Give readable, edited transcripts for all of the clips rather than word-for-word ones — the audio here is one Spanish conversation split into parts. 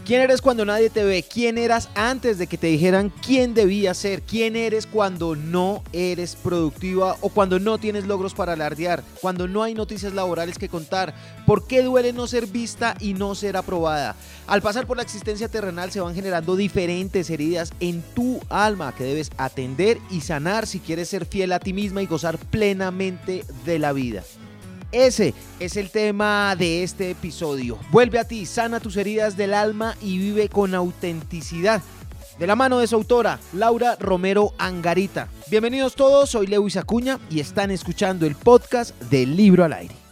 ¿Quién eres cuando nadie te ve? ¿Quién eras antes de que te dijeran quién debías ser? ¿Quién eres cuando no eres productiva o cuando no tienes logros para alardear? Cuando no hay noticias laborales que contar. ¿Por qué duele no ser vista y no ser aprobada? Al pasar por la existencia terrenal se van generando diferentes heridas en tu alma que debes atender y sanar si quieres ser fiel a ti misma y gozar plenamente de la vida. Ese es el tema de este episodio. Vuelve a ti, sana tus heridas del alma y vive con autenticidad. De la mano de su autora, Laura Romero Angarita. Bienvenidos todos, soy Lewis Acuña y están escuchando el podcast del Libro al Aire.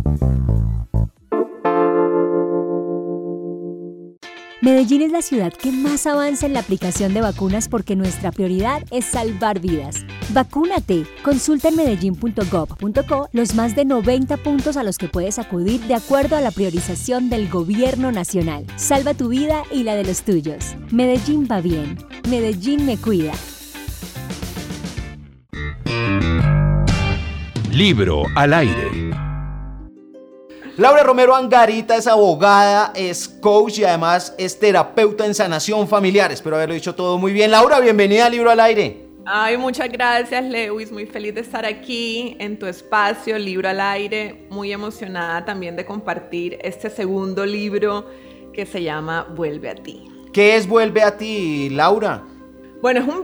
Medellín es la ciudad que más avanza en la aplicación de vacunas porque nuestra prioridad es salvar vidas. ¡Vacúnate! Consulta en medellin.gov.co los más de 90 puntos a los que puedes acudir de acuerdo a la priorización del Gobierno Nacional. Salva tu vida y la de los tuyos. Medellín va bien. Medellín me cuida. Libro al Aire. Laura Romero Angarita es abogada, es coach y además es terapeuta en sanación familiar. Espero haberlo dicho todo muy bien. Laura, bienvenida a Libro al Aire. Ay, muchas gracias, Lewis. Muy feliz de estar aquí en tu espacio, Libro al Aire. Muy emocionada también de compartir este segundo libro que se llama Vuelve a ti. ¿Qué es Vuelve a ti, Laura? Bueno, es un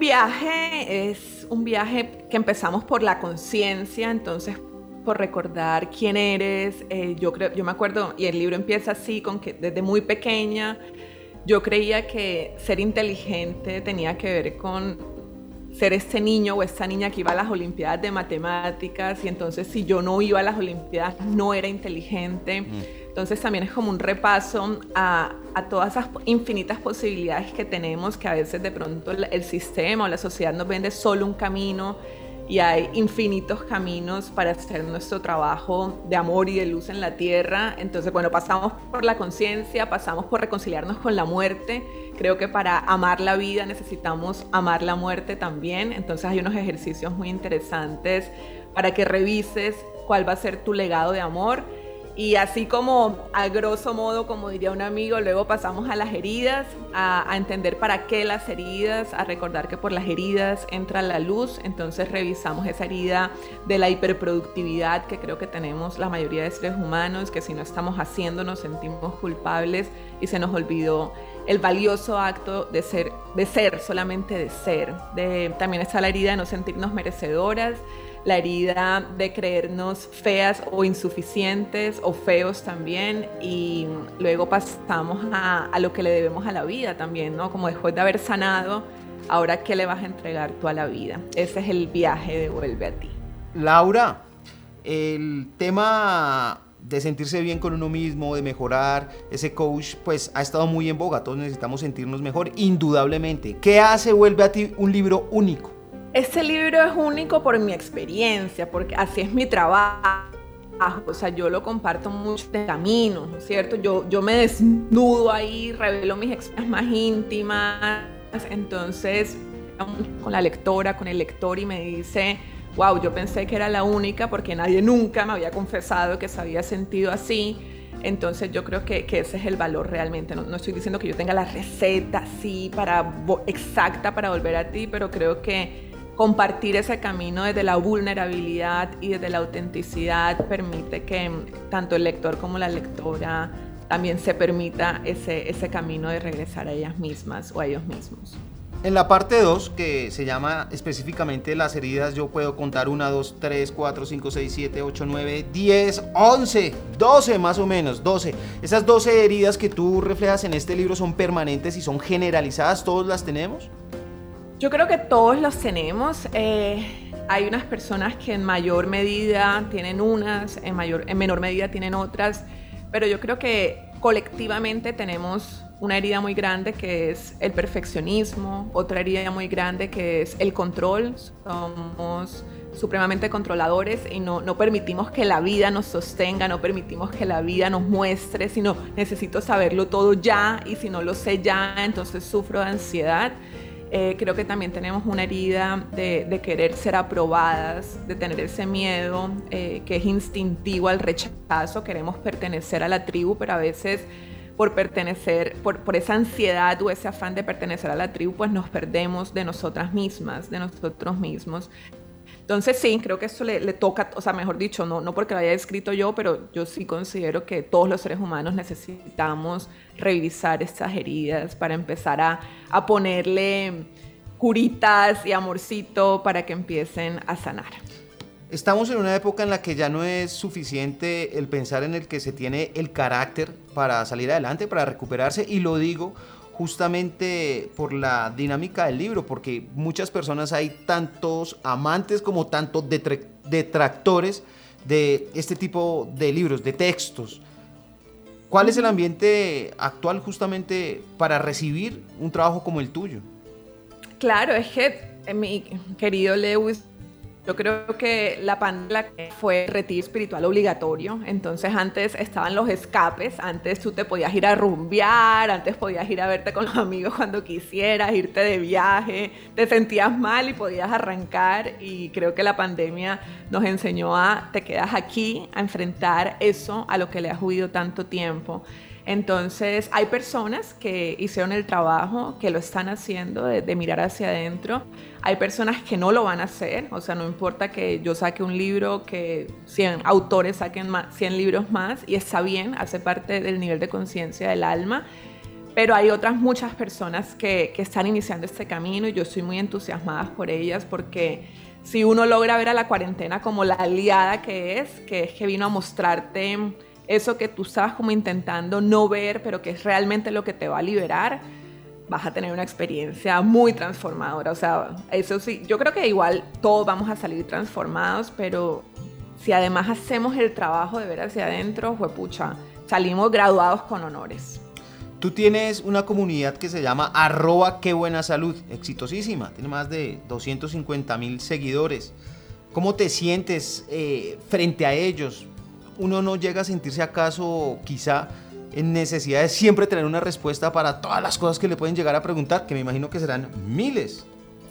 viaje que empezamos por la conciencia, entonces por recordar quién eres. Yo me acuerdo, y el libro empieza así, con que desde muy pequeña yo creía que ser inteligente tenía que ver con ser este niño o esta niña que iba a las olimpiadas de matemáticas, y entonces si yo no iba a las olimpiadas no era inteligente. Entonces también es como un repaso a todas esas infinitas posibilidades que tenemos, que a veces de pronto el sistema o la sociedad nos vende solo un camino, y hay infinitos caminos para hacer nuestro trabajo de amor y de luz en la tierra. Entonces, bueno, pasamos por la conciencia, pasamos por reconciliarnos con la muerte. Creo que para amar la vida necesitamos amar la muerte también. Entonces hay unos ejercicios muy interesantes para que revises cuál va a ser tu legado de amor. Y así como a grosso modo, como diría un amigo, luego pasamos a las heridas, a entender para qué las heridas, a recordar que por las heridas entra la luz. Entonces revisamos esa herida de la hiperproductividad que creo que tenemos la mayoría de seres humanos, que si no estamos haciendo nos sentimos culpables y se nos olvidó el valioso acto de ser, solamente de ser. También está la herida de no sentirnos merecedoras, la herida de creernos feas o insuficientes o feos también, y luego pasamos a lo que le debemos a la vida también, ¿no? Como después de haber sanado, ahora ¿qué le vas a entregar tú a la vida? Ese es el viaje de Vuelve a ti. Laura, el tema de sentirse bien con uno mismo, de mejorar, ese coach, pues ha estado muy en boga. Todos necesitamos sentirnos mejor, indudablemente. ¿Qué hace Vuelve a ti un libro único? Este libro es único por mi experiencia, porque así es mi trabajo. O sea, yo lo comparto mucho de camino, ¿no es cierto? Yo me desnudo ahí, revelo mis experiencias más íntimas. Entonces, con la lectora, con el lector, y me dice: wow, yo pensé que era la única porque nadie nunca me había confesado que se había sentido así. Entonces yo creo que ese es el valor realmente. No estoy diciendo que yo tenga la receta así exacta para volver a ti, pero creo que compartir ese camino desde la vulnerabilidad y desde la autenticidad permite que tanto el lector como la lectora también se permita ese camino de regresar a ellas mismas o a ellos mismos. En la parte 2, que se llama específicamente las heridas, yo puedo contar 1, 2, 3, 4, 5, 6, 7, 8, 9, 10, 11, 12 más o menos, 12. Esas 12 heridas que tú reflejas en este libro son permanentes y son generalizadas, ¿todos las tenemos? Yo creo que todos los tenemos. Hay unas personas que en mayor medida tienen unas, en menor medida tienen otras, pero yo creo que colectivamente tenemos una herida muy grande que es el perfeccionismo, otra herida muy grande que es el control. Somos supremamente controladores y no permitimos que la vida nos sostenga, no permitimos que la vida nos muestre, sino necesito saberlo todo ya, y si no lo sé ya, entonces sufro de ansiedad. Creo que también tenemos una herida de querer ser aprobadas, de tener ese miedo que es instintivo al rechazo. Queremos pertenecer a la tribu, pero a veces por pertenecer, por esa ansiedad o ese afán de pertenecer a la tribu, pues nos perdemos de nosotras mismas, de nosotros mismos. Entonces sí, creo que eso le toca, o sea, mejor dicho, no porque lo haya escrito yo, pero yo sí considero que todos los seres humanos necesitamos revisar estas heridas para empezar a ponerle curitas y amorcito para que empiecen a sanar. Estamos en una época en la que ya no es suficiente el pensar en el que se tiene el carácter para salir adelante, para recuperarse, y lo digo justamente por la dinámica del libro, porque muchas personas, hay tantos amantes como tantos detractores de este tipo de libros, de textos. ¿Cuál es el ambiente actual justamente para recibir un trabajo como el tuyo? Claro, es que mi querido Lewis, yo creo que la pandemia fue retiro espiritual obligatorio. Entonces antes estaban los escapes, antes tú te podías ir a rumbear, antes podías ir a verte con los amigos cuando quisieras, irte de viaje, te sentías mal y podías arrancar, y creo que la pandemia nos enseñó te quedas aquí a enfrentar eso a lo que le has huido tanto tiempo. Entonces hay personas que hicieron el trabajo, que lo están haciendo de mirar hacia adentro. Hay personas que no lo van a hacer, o sea, no importa que yo saque un libro, que 100 autores saquen 100 libros más, y está bien, hace parte del nivel de conciencia del alma. Pero hay otras muchas personas que están iniciando este camino, y yo estoy muy entusiasmada por ellas, porque si uno logra ver a la cuarentena como la aliada que vino a mostrarte eso que tú estabas como intentando no ver, pero que es realmente lo que te va a liberar, vas a tener una experiencia muy transformadora. O sea, eso sí, yo creo que igual todos vamos a salir transformados, pero si además hacemos el trabajo de ver hacia adentro, juepucha, salimos graduados con honores. Tú tienes una comunidad que se llama @quebuenasalud, exitosísima, tiene más de 250,000 seguidores. ¿Cómo te sientes frente a ellos? ¿Uno no llega a sentirse acaso quizá en necesidad de siempre tener una respuesta para todas las cosas que le pueden llegar a preguntar, que me imagino que serán miles?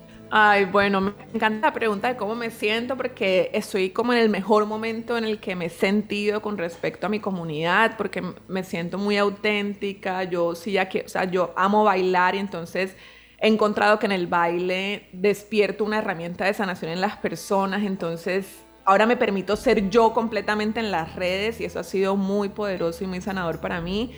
Ay, bueno, me encanta la pregunta de cómo me siento, porque estoy como en el mejor momento en el que me he sentido con respecto a mi comunidad, porque me siento muy auténtica. Yo sí o sea, yo amo bailar, y entonces he encontrado que en el baile despierto una herramienta de sanación en las personas. Entonces ahora me permito ser yo completamente en las redes, y eso ha sido muy poderoso y muy sanador para mí.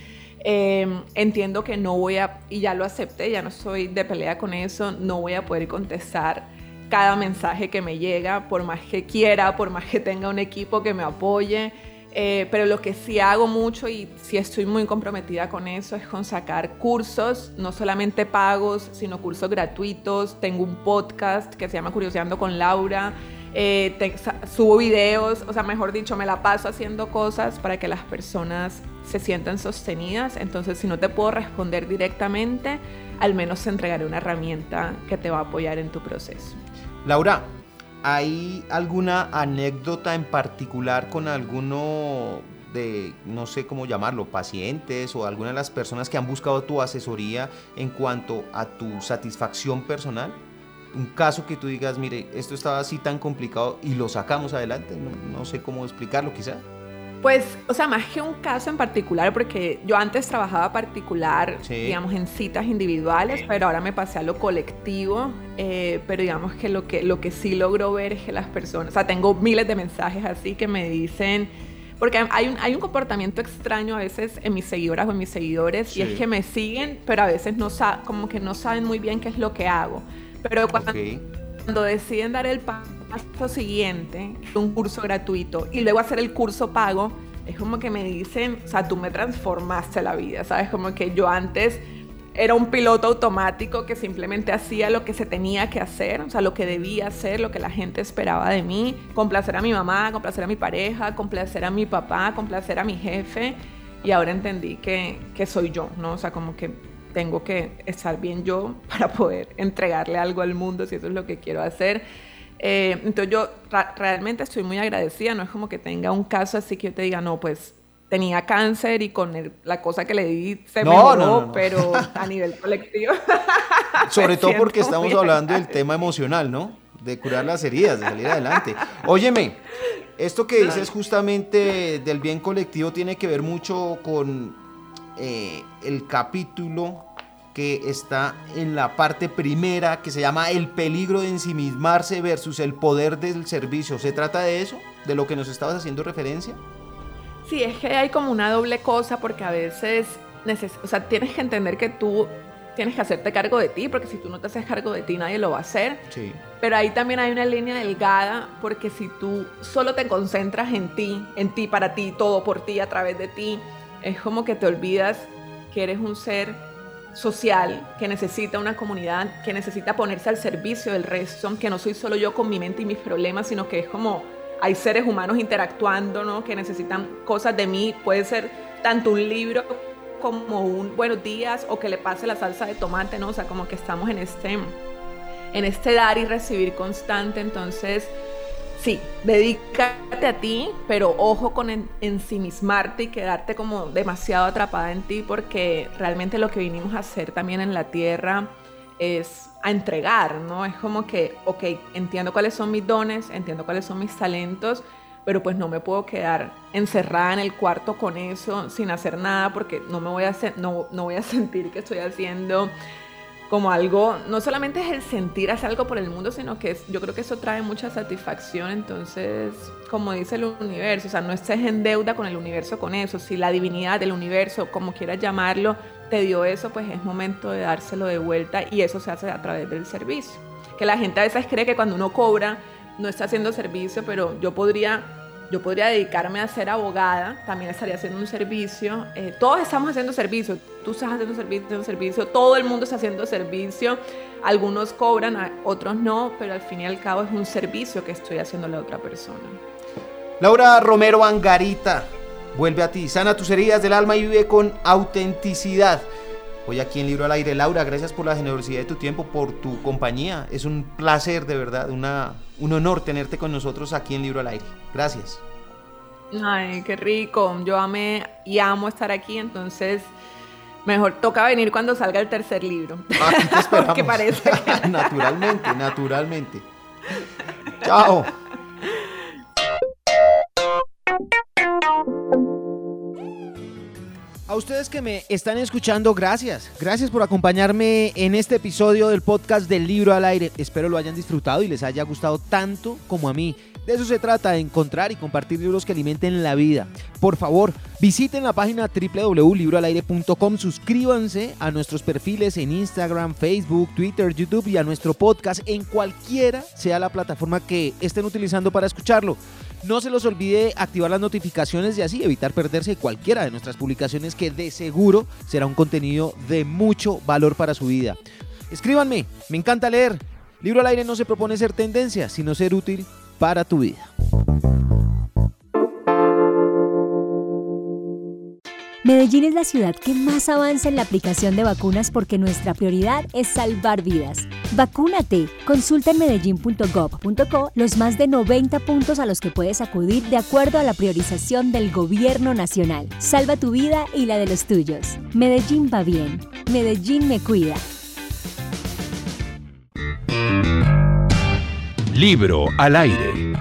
Entiendo que no voy a, y ya lo acepté, ya no estoy de pelea con eso, no voy a poder contestar cada mensaje que me llega, por más que quiera, por más que tenga un equipo que me apoye, pero lo que sí hago mucho, y sí estoy muy comprometida con eso, es con sacar cursos, no solamente pagos, sino cursos gratuitos. Tengo un podcast que se llama Curioseando con Laura. Subo videos, o sea, mejor dicho, me la paso haciendo cosas para que las personas se sientan sostenidas. Entonces, si no te puedo responder directamente, al menos te entregaré una herramienta que te va a apoyar en tu proceso. Laura, ¿hay alguna anécdota en particular con alguno de, no sé cómo llamarlo, pacientes o alguna de las personas que han buscado tu asesoría en cuanto a tu satisfacción personal? Un caso que tú digas, mire, esto estaba así tan complicado y lo sacamos adelante, no sé cómo explicarlo quizá. Pues, o sea, más que un caso en particular, porque yo antes trabajaba particular, sí, digamos, en citas individuales, pero ahora me pasé a lo colectivo, pero digamos que lo que sí logro ver es que las personas, o sea, tengo miles de mensajes así que me dicen, porque hay un comportamiento extraño a veces en mis seguidoras o en mis seguidores, sí, y es que me siguen, pero a veces como que no saben muy bien qué es lo que hago. Pero cuando deciden dar el paso siguiente, un curso gratuito, y luego hacer el curso pago, es como que me dicen, o sea, tú me transformaste la vida, ¿sabes? Como que yo antes era un piloto automático que simplemente hacía lo que se tenía que hacer, o sea, lo que debía hacer, lo que la gente esperaba de mí, complacer a mi mamá, complacer a mi pareja, complacer a mi papá, complacer a mi jefe, y ahora entendí que soy yo, ¿no? O sea, como que tengo que estar bien yo para poder entregarle algo al mundo, si eso es lo que quiero hacer. Entonces yo realmente estoy muy agradecida, no es como que tenga un caso así que yo te diga, no, pues tenía cáncer y con la cosa que le di se mejoró, no. Pero a nivel colectivo. Sobre todo porque estamos hablando del tema emocional, ¿no? De curar las heridas, de salir adelante. Óyeme, esto que dices justamente del bien colectivo tiene que ver mucho con el capítulo que está en la parte primera, que se llama El peligro de ensimismarse versus el poder del servicio. ¿Se trata de eso? ¿De lo que nos estabas haciendo referencia? Sí, es que hay como una doble cosa, porque a veces tienes que entender que tú tienes que hacerte cargo de ti, porque si tú no te haces cargo de ti, nadie lo va a hacer. Sí. Pero ahí también hay una línea delgada, porque si tú solo te concentras en ti, para ti, todo por ti, a través de ti, es como que te olvidas que eres un ser social, que necesita una comunidad, que necesita ponerse al servicio del resto, que no soy solo yo con mi mente y mis problemas, sino que es como hay seres humanos interactuando, ¿no? Que necesitan cosas de mí. Puede ser tanto un libro como un buenos días, o que le pase la salsa de tomate, ¿no? O sea, como que estamos en este dar y recibir constante. Entonces, sí, dedícate a ti, pero ojo con ensimismarte y quedarte como demasiado atrapada en ti, porque realmente lo que vinimos a hacer también en la tierra es a entregar, ¿no? Es como que, ok, entiendo cuáles son mis dones, entiendo cuáles son mis talentos, pero pues no me puedo quedar encerrada en el cuarto con eso sin hacer nada, porque no voy a sentir que estoy haciendo como algo. No solamente es el sentir hacer algo por el mundo, sino que yo creo que eso trae mucha satisfacción. Entonces, como dice el universo, o sea, no estés en deuda con el universo con eso. Si la divinidad del universo, como quieras llamarlo, te dio eso, pues es momento de dárselo de vuelta, y eso se hace a través del servicio. Que la gente a veces cree que cuando uno cobra no está haciendo servicio, pero yo podría dedicarme a ser abogada, también estaría haciendo un servicio. Todos estamos haciendo servicio, tú estás haciendo servicio, todo el mundo está haciendo servicio. Algunos cobran, otros no, pero al fin y al cabo es un servicio que estoy haciéndole a otra persona. Laura Romero Angarita, vuelve a ti, sana tus heridas del alma y vive con autenticidad. Hoy aquí en Libro al Aire. Laura, gracias por la generosidad de tu tiempo, por tu compañía. Es un placer, de verdad, un honor tenerte con nosotros aquí en Libro al Aire. Gracias. Ay, qué rico. Yo amé y amo estar aquí, entonces mejor toca venir cuando salga el tercer libro. Aquí te esperamos. Porque parece que... Naturalmente. Chao. A ustedes que me están escuchando, gracias por acompañarme en este episodio del podcast del Libro al Aire. Espero lo hayan disfrutado y les haya gustado tanto como a mí. De eso se trata, de encontrar y compartir libros que alimenten la vida. Por favor, visiten la página www.libroalaire.com, suscríbanse a nuestros perfiles en Instagram, Facebook, Twitter, YouTube y a nuestro podcast en cualquiera sea la plataforma que estén utilizando para escucharlo. No se los olvide activar las notificaciones y así evitar perderse cualquiera de nuestras publicaciones, que de seguro será un contenido de mucho valor para su vida. Escríbanme, me encanta leer. Libro al Aire no se propone ser tendencia, sino ser útil para tu vida. Medellín es la ciudad que más avanza en la aplicación de vacunas porque nuestra prioridad es salvar vidas. ¡Vacúnate! Consulta en medellin.gov.co los más de 90 puntos a los que puedes acudir de acuerdo a la priorización del Gobierno Nacional. Salva tu vida y la de los tuyos. Medellín va bien. Medellín me cuida. Libro al Aire.